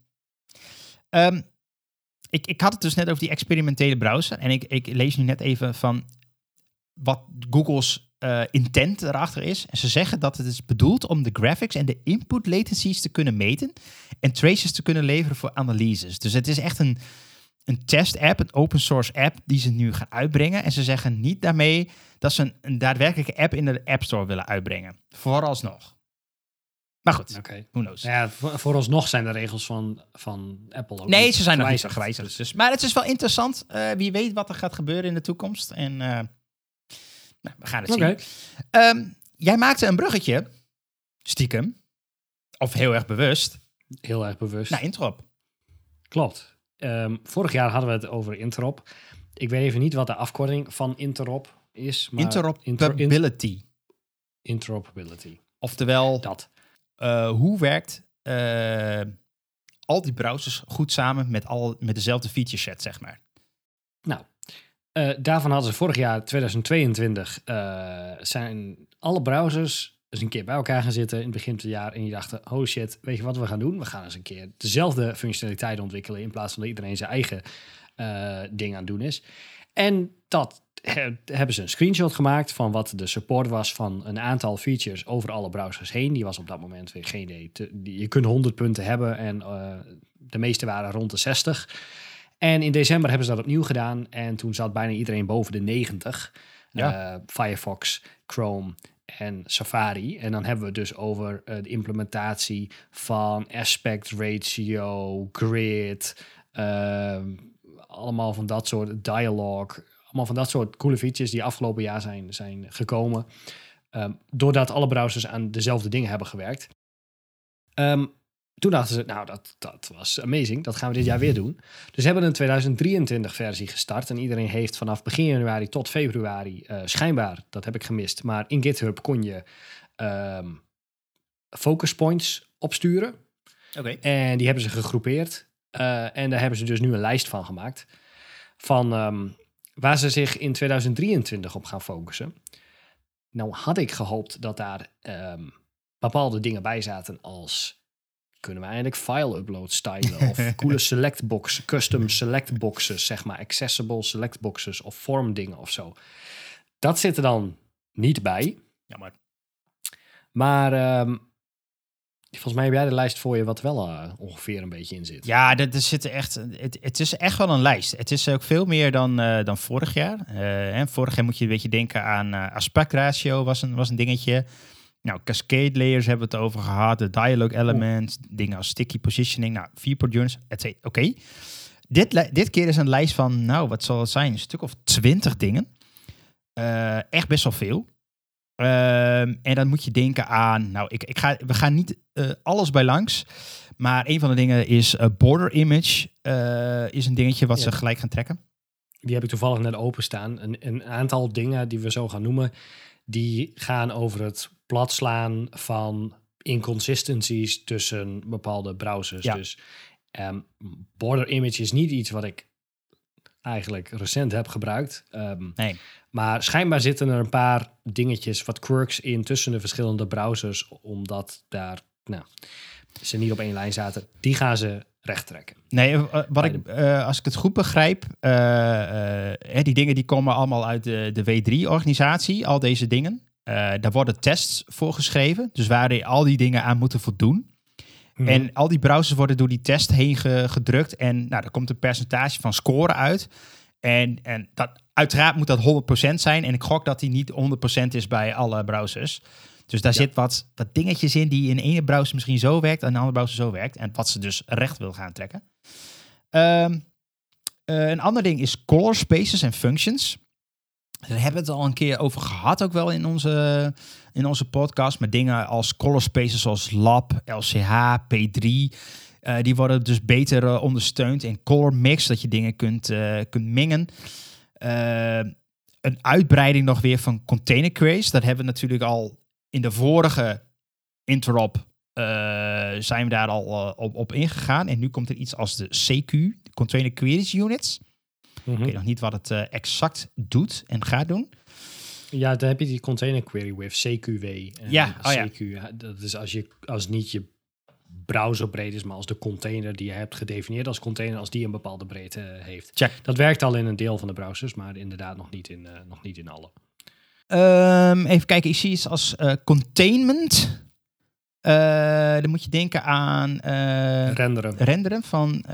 Ik had het dus net over die experimentele browser. En ik lees nu net even van wat Google's intent erachter is. En ze zeggen dat het is bedoeld om de graphics en de input latencies te kunnen meten en traces te kunnen leveren voor analyses. Dus het is echt een test-app, een open source app die ze nu gaan uitbrengen. En ze zeggen niet daarmee dat ze een daadwerkelijke app in de App Store willen uitbrengen. Vooralsnog. Maar goed, who knows. Ja, vooralsnog zijn de regels van Apple ook nee, ze zijn nog niet zo gewijzigd. Dus, maar het is wel interessant. Wie weet wat er gaat gebeuren in de toekomst. En we gaan het zien. Jij maakte een bruggetje, stiekem, of heel erg bewust. Heel erg bewust. Naar Interop. Klopt. Vorig jaar hadden we het over Interop. Ik weet even niet wat de afkorting van Interop is. Maar Interoperability. Oftewel, dat. Hoe werkt al die browsers goed samen met dezelfde feature set, zeg maar? Nou, daarvan hadden ze vorig jaar, 2022, zijn alle browsers eens een keer bij elkaar gaan zitten in het begin van het jaar. En die dachten, oh shit, weet je wat we gaan doen? We gaan eens een keer dezelfde functionaliteit ontwikkelen in plaats van dat iedereen zijn eigen ding aan het doen is. En dat hebben ze een screenshot gemaakt van wat de support was van een aantal features over alle browsers heen. Die was op dat moment weer geen idee. Je kunt 100 punten hebben en de meeste waren rond de 60. En in december hebben ze dat opnieuw gedaan en toen zat bijna iedereen boven de 90. Ja. Firefox, Chrome en Safari. En dan hebben we het dus over de implementatie van aspect ratio, grid, allemaal van dat soort dialogue. Allemaal van dat soort coole features die afgelopen jaar zijn gekomen. Doordat alle browsers aan dezelfde dingen hebben gewerkt. Toen dachten ze, nou, dat was amazing. Dat gaan we dit jaar weer doen. Dus ze hebben een 2023 versie gestart. En iedereen heeft vanaf begin januari tot februari schijnbaar, dat heb ik gemist, maar in GitHub kon je focus points opsturen. Okay. En die hebben ze gegroepeerd. En daar hebben ze dus nu een lijst van gemaakt. Van waar ze zich in 2023 op gaan focussen. Nou had ik gehoopt dat daar bepaalde dingen bij zaten als, kunnen we eigenlijk file upload stylen of coole selectbox, custom selectboxes, zeg maar, accessible selectboxes of form dingen of zo. Dat zit er dan niet bij. Jammer. Maar volgens mij heb jij de lijst voor je wat wel ongeveer een beetje in zit. Ja, er zit echt, het is echt wel een lijst. Het is ook veel meer dan vorig jaar. Vorig jaar moet je een beetje denken aan aspectratio was een dingetje. Nou, cascade layers hebben we het over gehad. De dialogue elements, dingen als sticky positioning. Nou, viewport journeys, etc. Oké. Dit keer is een lijst van, nou, wat zal het zijn? Een stuk of 20 dingen. Echt best wel veel. En dan moet je denken aan, nou, we gaan niet alles bij langs. Maar een van de dingen is border image. Is een dingetje wat ze gelijk gaan trekken. Die heb ik toevallig net openstaan. Een aantal dingen die we zo gaan noemen, die gaan over het platslaan van inconsistencies tussen bepaalde browsers. Ja. Dus border image is niet iets wat ik eigenlijk recent heb gebruikt. Nee. Maar schijnbaar zitten er een paar dingetjes, wat quirks in tussen de verschillende browsers, omdat daar ze niet op één lijn zaten. Die gaan ze recht trekken. Nee, als ik het goed begrijp, die dingen die komen allemaal uit de W3-organisatie, al deze dingen. Daar worden tests voor geschreven, dus waar al die dingen aan moeten voldoen. Mm-hmm. En al die browsers worden door die test heen gedrukt en daar komt een percentage van scoren uit. En dat, uiteraard moet dat 100% zijn. En ik gok dat die niet 100% is bij alle browsers. Dus daar zit wat dingetjes in die in ene browser misschien zo werkt en in de andere browser zo werkt. En wat ze dus recht wil gaan trekken. Een ander ding is color spaces en functions. Daar hebben we het al een keer over gehad, ook wel in onze in onze podcast. Met dingen als color spaces zoals Lab, LCH, P3. Die worden dus beter ondersteund in color mix. Dat je dingen kunt mengen. Een uitbreiding nog weer van container queries. Dat hebben we natuurlijk al in de vorige interop zijn we daar al op ingegaan. En nu komt er iets als de CQ, de Container Queries Units. Ik weet nog niet wat het exact doet en gaat doen. Ja, daar heb je die container query with CQW. En CQ, dat is als niet je browserbreedte is, maar als de container die je hebt gedefinieerd als container, als die een bepaalde breedte heeft. Check. Dat werkt al in een deel van de browsers, maar inderdaad nog niet in alle. Even kijken, ik zie iets als containment. Dan moet je denken aan renderen van...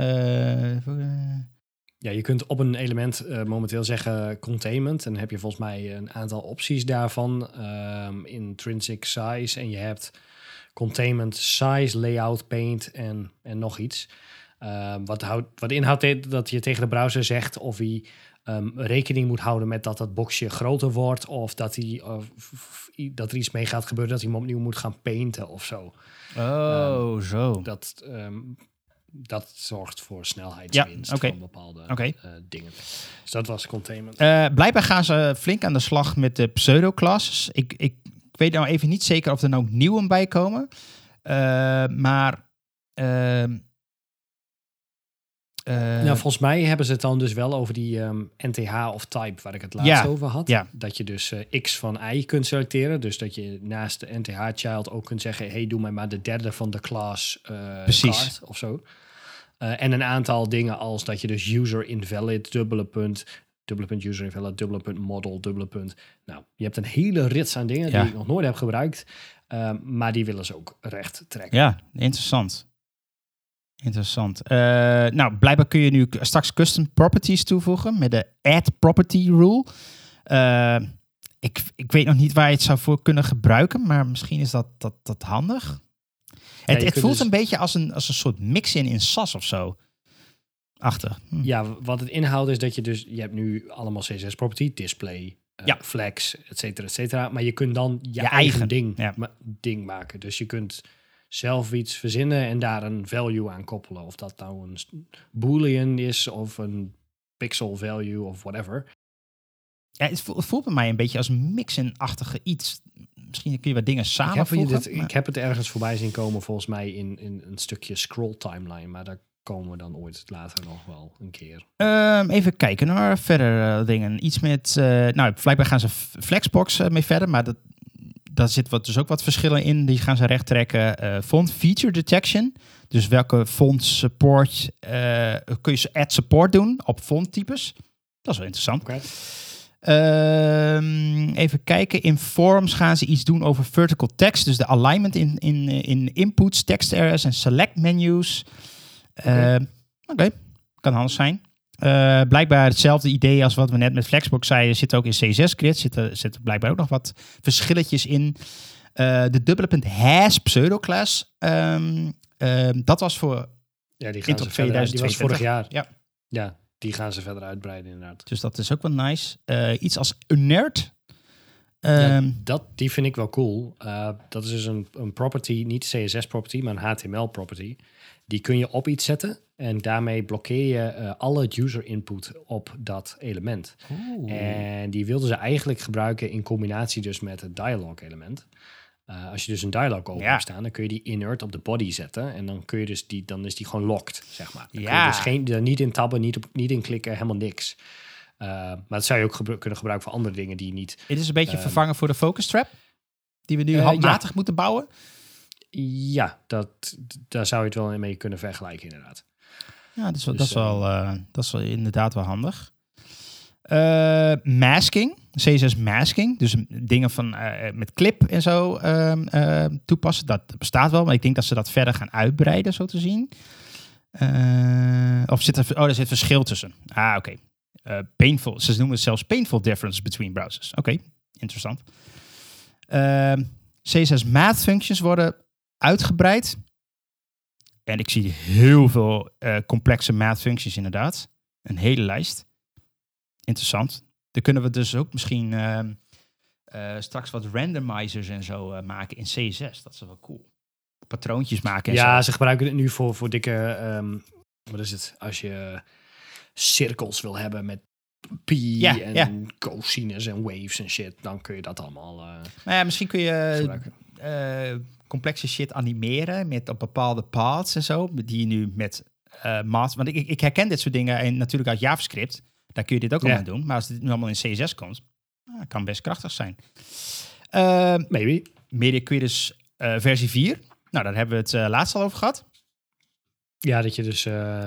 Ja, je kunt op een element momenteel zeggen containment. En dan heb je volgens mij een aantal opties daarvan. Intrinsic size. En je hebt containment size, layout, paint en nog iets. Wat inhoudt dat je tegen de browser zegt of hij rekening moet houden met dat dat boxje groter wordt. Of dat er iets mee gaat gebeuren dat hij hem opnieuw moet gaan painten of zo. Oh, zo. Dat zorgt voor snelheidswinst van bepaalde dingen. Dus dat was containment. Blijkbaar gaan ze flink aan de slag met de pseudo-classes. Ik weet nou even niet zeker of er nou nieuwe bij komen. Volgens mij hebben ze het dan dus wel over die NTH of type waar ik het laatst over had. Ja. Dat je dus X van Y kunt selecteren. Dus dat je naast de NTH-child ook kunt zeggen... hey, doe mij maar de derde van de class card of zo. En een aantal dingen als dat je dus user invalid, dubbele punt user invalid, dubbele punt model, dubbele punt. Nou, je hebt een hele rits aan dingen die ik nog nooit heb gebruikt. Maar die willen ze ook recht trekken. Ja, interessant. Blijkbaar kun je nu straks custom properties toevoegen met de add property rule. Ik weet nog niet waar je het zou voor kunnen gebruiken, maar misschien is dat handig. Het voelt dus een beetje als een soort mix-in in SAS of zo. Ja, wat het inhoudt is dat je hebt nu allemaal CSS property, display, flags, et cetera. Maar je kunt dan je eigen ding maken. Dus je kunt zelf iets verzinnen en daar een value aan koppelen. Of dat nou een boolean is of een pixel value of whatever. Ja, het voelt bij mij een beetje als een mix-in-achtige iets. Misschien kun je wat dingen samenvoegen. Ik heb het ergens voorbij zien komen volgens mij in een stukje scroll timeline. Maar daar komen we dan ooit later nog wel een keer. Even kijken naar verder dingen. Iets met... blijkbaar gaan ze Flexbox mee verder, maar daar zit dus ook wat verschillen in. Die gaan ze recht trekken. Font feature detection. Dus welke font support kun je add support doen op fonttypes. Dat is wel interessant. Okay. Even kijken. In forms gaan ze iets doen over vertical text. Dus de alignment in inputs, text areas en select menus. Oké. Kan handig zijn. Blijkbaar hetzelfde idee als wat we net met Flexbox zeiden, zit ook in CSS-grid. Zitten blijkbaar ook nog wat verschilletjes in. De dubbele punt has pseudoclass. Dat was voor... Ja, die was vorig jaar. Ja, die gaan ze verder uitbreiden inderdaad. Dus dat is ook wel nice. Iets als unert. Die vind ik wel cool. Dat is dus een property, niet CSS-property, maar een HTML-property. Die kun je op iets zetten en daarmee blokkeer je alle user input op dat element. En die wilden ze eigenlijk gebruiken in combinatie dus met het dialog element. Als je dus een dialog open hebt staan, dan kun je die inert op de body zetten. En dan kun je dus dan is die gewoon locked, zeg maar. Dan kun je dus niet in tabben, niet in klikken, helemaal niks. Maar dat zou je ook kunnen gebruiken voor andere dingen die niet... Het is een beetje vervangen voor de focus trap, die we nu handmatig moeten bouwen. Ja, daar zou je het wel mee kunnen vergelijken, inderdaad. Ja, dat is wel inderdaad wel handig. Masking, CSS masking, dus dingen van met clip en zo toepassen. Dat bestaat wel, maar ik denk dat ze dat verder gaan uitbreiden, zo te zien. Of er zit verschil tussen. Oké. Painful, ze noemen het zelfs painful difference between browsers. Oké, interessant. CSS math functions worden uitgebreid. En ik zie heel veel complexe math functies inderdaad. Een hele lijst. Interessant. Dan kunnen we dus ook misschien straks wat randomizers en zo maken in CSS. Dat is wel cool. Patroontjes maken en Ja, zo. ze gebruiken het nu voor dikke... wat is het? Als je cirkels wil hebben met pi en cosines en waves en shit, dan kun je dat allemaal Nou ja, misschien kun je gebruiken. complexe shit animeren met op bepaalde paths en zo, die je nu met math... Want ik herken dit soort dingen en natuurlijk uit JavaScript. Daar kun je dit ook allemaal doen. Maar als dit nu allemaal in CSS komt, kan best krachtig zijn. Maybe. MediaQuery versie 4. Nou, daar hebben we het laatst al over gehad. Ja, dat je dus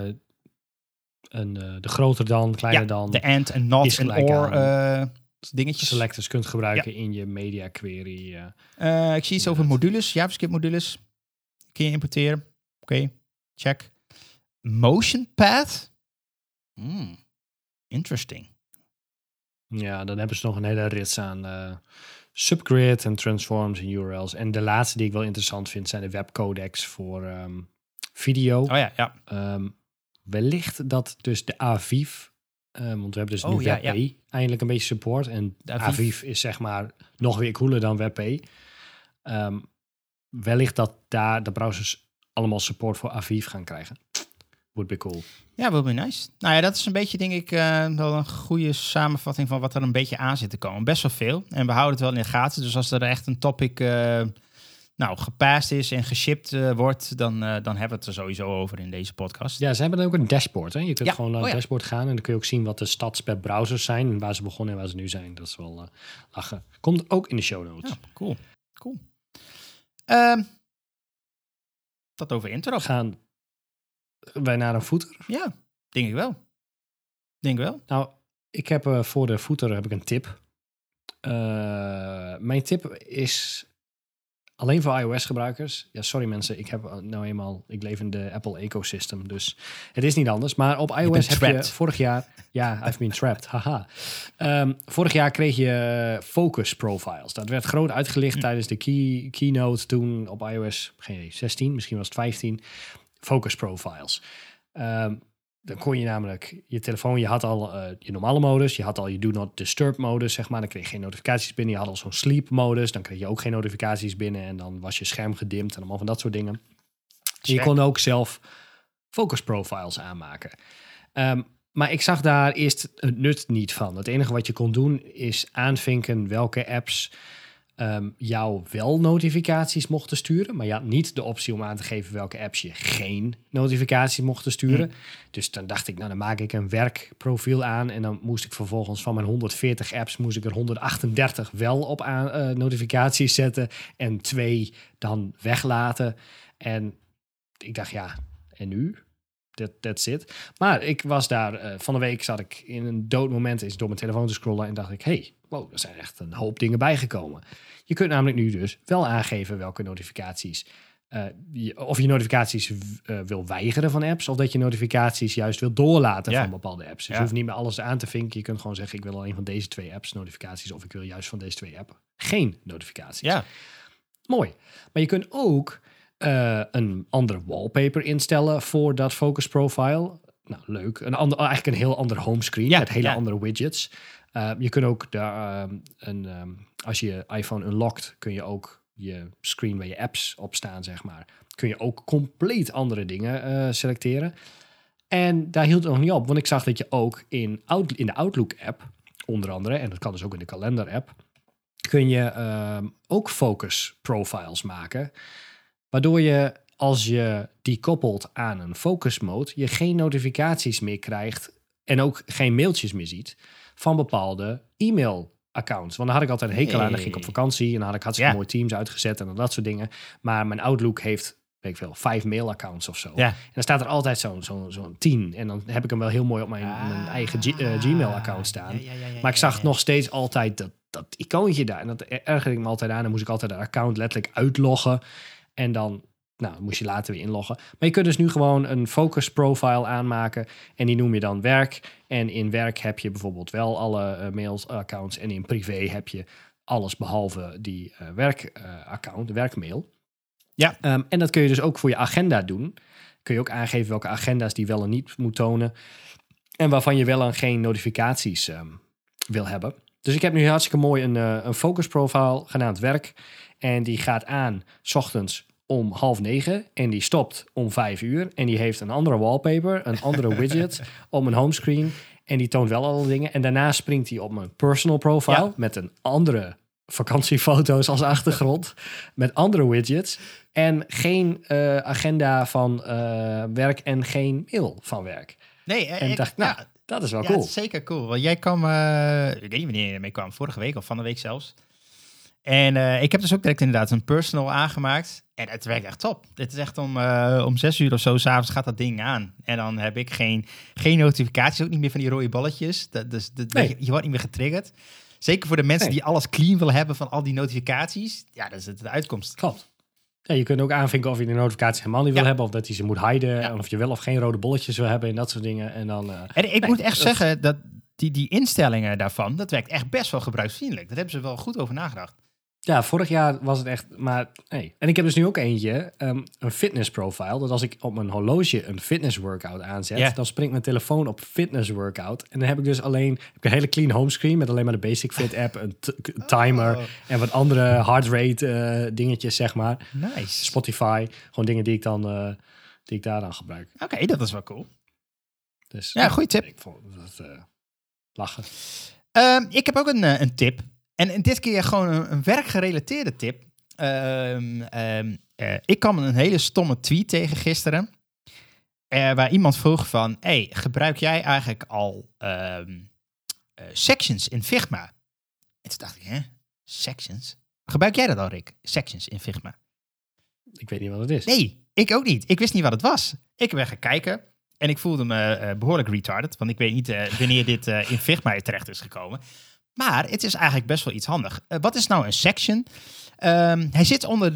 de groter dan, kleiner dan... de AND en NOT is en gelijk OR dingetjes. selectors kunt gebruiken in je media query. Ik zie iets over modules, JavaScript modules. Kun je importeren. Oké, check. Motion path. Interesting. Ja, dan hebben ze nog een hele rits aan subgrid en transforms en URL's. En de laatste die ik wel interessant vind zijn de webcodecs voor video. Oh ja. Wellicht dat dus de Aviv, want we hebben dus nu WebP eindelijk een beetje support. En Aviv is zeg maar nog weer cooler dan WebP. Wellicht dat daar de browsers allemaal support voor Aviv gaan krijgen. Would be cool. Ja, will be nice. Nou ja, dat is een beetje, denk ik, wel een goede samenvatting van wat er een beetje aan zit te komen. Best wel veel. En we houden het wel in de gaten. Dus als er echt een topic gepast is en geshipped wordt, dan hebben we het er sowieso over in deze podcast. Ja, ze hebben dan ook een dashboard. Hè? Je kunt gewoon naar het ja. dashboard gaan en dan kun je ook zien wat de stats per browsers zijn en waar ze begonnen en waar ze nu zijn. Dat is wel lachen. Komt ook in de show notes. Ja, cool. Dat over intro. Gaan wij naar een footer? Ja, denk ik wel. Nou, ik heb voor de footer heb ik een tip. Mijn tip is alleen voor iOS-gebruikers. Ja, sorry mensen, ik leef in de Apple ecosystem, dus het is niet anders. Maar op iOS heb je vorig jaar... Ja, I've been trapped, haha. Vorig jaar kreeg je focus profiles. Dat werd groot uitgelicht tijdens de keynote toen op iOS 16, misschien was het 15... Focus profiles. Dan kon je namelijk je telefoon, je had al je normale modus, je had al je do not disturb modus, zeg maar. Dan kreeg je geen notificaties binnen. Je had al zo'n sleep modus, dan kreeg je ook geen notificaties binnen en dan was je scherm gedimd en allemaal van dat soort dingen. Je kon ook zelf focus profiles aanmaken. Maar ik zag daar eerst het nut niet van. Het enige wat je kon doen is aanvinken welke apps jou wel notificaties mochten sturen, maar je had niet de optie om aan te geven welke apps je geen notificaties mochten sturen. Dus dan dacht ik, nou dan maak ik een werkprofiel aan en dan moest ik vervolgens van mijn 140 apps moest ik er 138 wel op notificaties zetten en 2 dan weglaten. En ik dacht, ja, en nu? That's it. Maar ik was daar, van de week zat ik in een dood moment eens door mijn telefoon te scrollen en dacht ik, hey, wow, er zijn echt een hoop dingen bijgekomen. Je kunt namelijk nu dus wel aangeven welke notificaties, of je notificaties wil weigeren van apps, of dat je notificaties juist wil doorlaten van bepaalde apps. Dus je hoeft niet meer alles aan te vinken. Je kunt gewoon zeggen, ik wil alleen van deze 2 apps notificaties, of ik wil juist van deze 2 apps geen notificaties. Ja. Mooi. Maar je kunt ook een andere wallpaper instellen voor dat focus profile. Nou, leuk. Eigenlijk een heel ander homescreen met hele andere widgets. Je kunt ook als je iPhone unlockt, kun je ook je screen waar je apps op staan, zeg maar, kun je ook compleet andere dingen selecteren. En daar hield het nog niet op, want ik zag dat je ook in de Outlook-app, onder andere, en dat kan dus ook in de kalender-app, kun je ook focus profiles maken, waardoor je, als je die koppelt aan een focus mode, je geen notificaties meer krijgt en ook geen mailtjes meer ziet van bepaalde e-mail-accounts. Want dan had ik altijd een hekel aan. Dan ging ik op vakantie en dan had ik hartstikke mooi Teams uitgezet en dat soort dingen. Maar mijn Outlook heeft, weet ik veel, 5 mail-accounts of zo. Ja. En dan staat er altijd zo'n 10. En dan heb ik hem wel heel mooi op mijn eigen Gmail-account staan. Maar ik zag nog steeds altijd dat icoontje daar. En dat ergerde ik me altijd aan. Dan moest ik altijd de account letterlijk uitloggen. En dan moest je later weer inloggen. Maar je kunt dus nu gewoon een focus profile aanmaken. En die noem je dan werk. En in werk heb je bijvoorbeeld wel alle mailaccounts. En in privé heb je alles behalve die werkaccount, de werkmail. Ja. En dat kun je dus ook voor je agenda doen. Kun je ook aangeven welke agenda's die wel en niet moet tonen. En waarvan je wel en geen notificaties wil hebben. Dus ik heb nu hartstikke mooi een focus profile genaamd werk. En die gaat aan 's ochtends om 8:30 en die stopt om 5:00. En die heeft een andere wallpaper, een andere widget op mijn homescreen. En die toont wel alle dingen. En daarna springt hij op mijn personal profile met een andere vakantiefoto's als achtergrond. Met andere widgets. En geen agenda van werk en geen mail van werk. Nee, en ik dacht, dat is wel cool. Dat is zeker cool. Want jij kwam, ik weet niet wanneer je ermee kwam, vorige week of van de week zelfs. En ik heb dus ook direct inderdaad een personal aangemaakt. En het werkt echt top. Het is echt om 6:00 of zo 's avonds gaat dat ding aan. En dan heb ik geen notificaties, ook niet meer van die rode balletjes. Je wordt niet meer getriggerd. Zeker voor de mensen die alles clean willen hebben van al die notificaties. Ja, dat is de uitkomst. Klopt. Ja, je kunt ook aanvinken of je de notificaties helemaal niet wil hebben. Of dat hij ze moet hiden. En of je wel of geen rode bolletjes wil hebben en dat soort dingen. En dan, en ik moet echt zeggen dat die instellingen daarvan, dat werkt echt best wel gebruiksvriendelijk. Daar hebben ze wel goed over nagedacht. Ja, vorig jaar was het echt, maar nee. En ik heb dus nu ook eentje, een fitness profile. Dat als ik op mijn horloge een fitness workout aanzet, dan springt mijn telefoon op fitness workout. En dan heb ik dus een hele clean homescreen met alleen maar de Basic Fit app, een timer en wat andere heart rate dingetjes, zeg maar. Nice. Spotify, gewoon dingen die ik daar dan gebruik. Oké, dat is wel cool. Dus, ja, goede tip. Ik vond dat lachen. Ik heb ook een tip. En dit keer gewoon een werkgerelateerde tip. Ik kwam een hele stomme tweet tegen gisteren. Waar iemand vroeg van, gebruik jij eigenlijk al sections in Figma? En toen dacht ik, sections? Gebruik jij dat al, Rick? Sections in Figma? Ik weet niet wat het is. Nee, ik ook niet. Ik wist niet wat het was. Ik ben gaan kijken en ik voelde me behoorlijk retarded. Want ik weet niet wanneer dit in Figma terecht is gekomen. Maar het is eigenlijk best wel iets handig. Wat is nou een section? Hij zit onder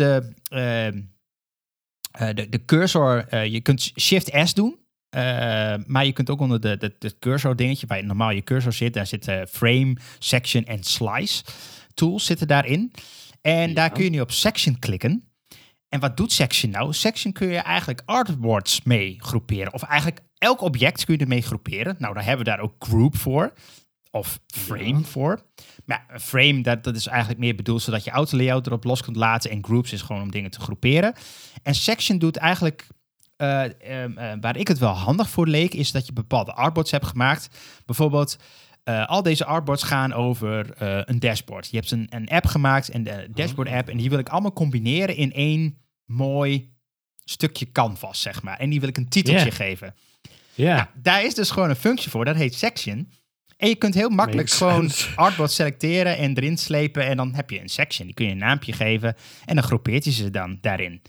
de cursor. Je kunt Shift-S doen. Maar je kunt ook onder de cursor dingetje, waar normaal je cursor zit. Daar zitten frame, section en slice tools zitten daarin. En daar kun je nu op section klikken. En wat doet section nou? Section kun je eigenlijk artboards mee groeperen. Of eigenlijk elk object kun je ermee groeperen. Nou, daar hebben we daar ook group voor. Of frame voor. Maar een frame, dat is eigenlijk meer bedoeld zodat je auto-layout erop los kunt laten. En groups is gewoon om dingen te groeperen. En section doet eigenlijk, waar ik het wel handig voor leek, is dat je bepaalde artboards hebt gemaakt. Bijvoorbeeld, al deze artboards gaan over een dashboard. Je hebt een app gemaakt, en de dashboard app. En die wil ik allemaal combineren in één mooi stukje canvas, zeg maar. En die wil ik een titeltje geven. Nou, daar is dus gewoon een functie voor, dat heet section. En je kunt heel makkelijk gewoon artboards selecteren en erin slepen. En dan heb je een section. Die kun je een naampje geven. En dan groepeert je ze dan daarin.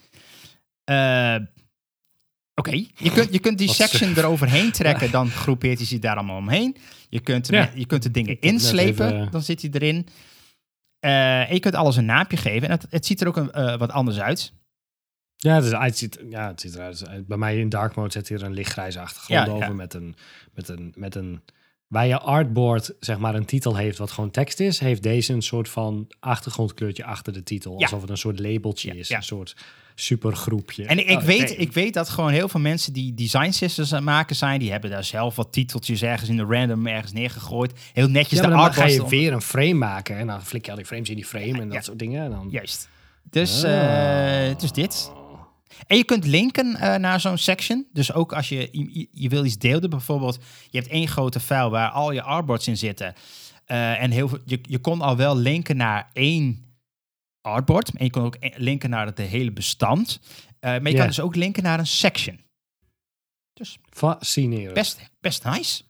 Oké. Je kunt die section eroverheen trekken. Dan groepeert hij ze daar allemaal omheen. Je kunt de dingen inslepen. Dan zit hij erin. En je kunt alles een naampje geven. En het ziet er ook wat anders uit. Ja, het ziet eruit. Bij mij in dark mode zit hier een lichtgrijze achtergrond over. Met een waar je artboard, zeg maar, een titel heeft wat gewoon tekst is, heeft deze een soort van achtergrondkleurtje achter de titel. Alsof het een soort labeltje is. Een soort supergroepje. En ik weet dat gewoon heel veel mensen die design systems aan het maken zijn, die hebben daar zelf wat titeltjes ergens in de random ergens neergegooid. Heel netjes de artboard. Dan ga je weer een frame maken. En dan flik je al die frames in die frame en dat soort dingen. En dan... Juist. Dus dit. En je kunt linken naar zo'n section. Dus ook als je wil iets delen, bijvoorbeeld, je hebt één grote file waar al je artboards in zitten. En je kon al wel linken naar één artboard. En je kon ook linken naar het hele bestand. Maar je kan dus ook linken naar een section. Dus fascinerend. Best nice.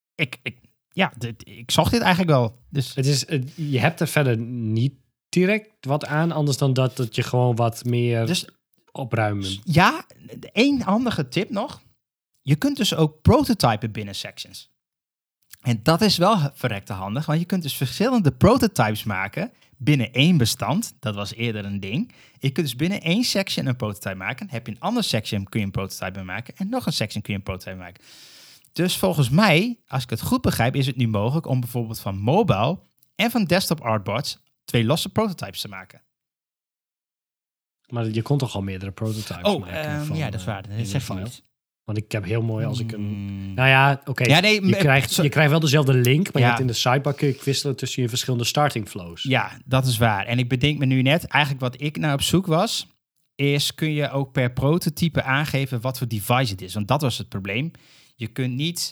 Ik zag dit eigenlijk wel. Dus. Je hebt er verder niet direct wat aan, anders dan dat je gewoon wat meer opruimen. Ja, één handige tip nog. Je kunt dus ook prototypen binnen sections. En dat is wel verrekte handig, want je kunt dus verschillende prototypes maken binnen één bestand. Dat was eerder een ding. Je kunt dus binnen één section een prototype maken. Heb je een andere section, kun je een prototype maken. En nog een section kun je een prototype maken. Dus volgens mij, als ik het goed begrijp, is het nu mogelijk om bijvoorbeeld van mobile en van desktop artboards 2 losse prototypes te maken. Maar je kon toch al meerdere prototypes maken? Ja, dat is waar. Dat zeg je niet. Want ik heb heel mooi als ik een... Nou ja, oké. Ja, nee, je krijgt wel dezelfde link, maar je Ja. hebt in de sidebar kun je wisselen tussen je verschillende starting flows. Ja, dat is waar. En ik bedenk me nu net, eigenlijk wat ik nou op zoek was, is kun je ook per prototype aangeven wat voor device het is. Want dat was het probleem. Je kunt niet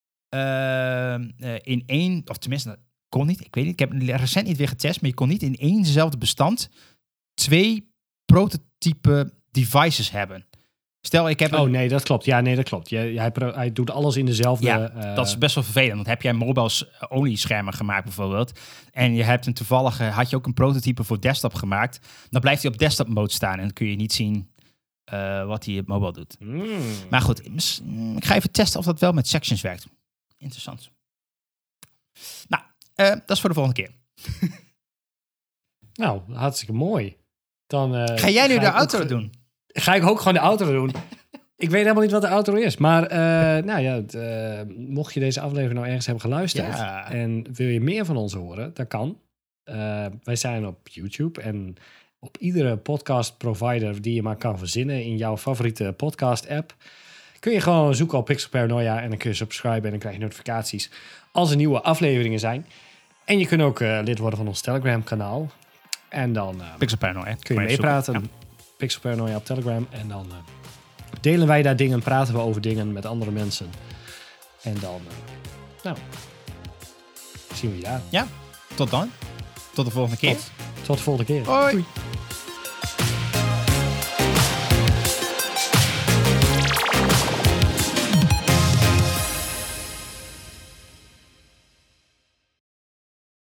in één, of tenminste, dat kon niet. Ik weet niet, ik heb het recent niet weer getest, maar je kon niet in éénzelfde bestand 2 prototype devices hebben. Stel, ik heb Oh nee, dat klopt. Ja, nee, dat klopt. Hij doet alles in dezelfde... Ja, dat is best wel vervelend. Want heb jij mobile-only schermen gemaakt bijvoorbeeld, en je hebt had je ook een prototype voor desktop gemaakt, dan blijft hij op desktop mode staan en dan kun je niet zien wat hij op mobile doet. Maar goed, ik ga even testen of dat wel met sections werkt. Interessant. Nou, dat is voor de volgende keer. Nou, hartstikke mooi. Dan, Ga jij nu de ik outro ook- doen? Ga ik ook gewoon de outro doen. Ik weet helemaal niet wat de outro is. Maar nou ja, mocht je deze aflevering nou ergens hebben geluisterd... Ja. en wil je meer van ons horen, dat kan. Wij zijn op YouTube en op iedere podcast provider die je maar kan verzinnen... in jouw favoriete podcast app... kun je gewoon zoeken op Pixel Paranoia... en dan kun je subscriben en dan krijg je notificaties... als er nieuwe afleveringen zijn. En je kunt ook lid worden van ons Telegram kanaal. En dan... Pixel Paranoia. kun je meepraten. Ja. Pixel Paranoia op Telegram. En dan delen wij daar dingen, praten we over dingen met andere mensen. En dan, zien we je daar. Tot dan. Tot de volgende keer. Tot de volgende keer. Hoi. Doei.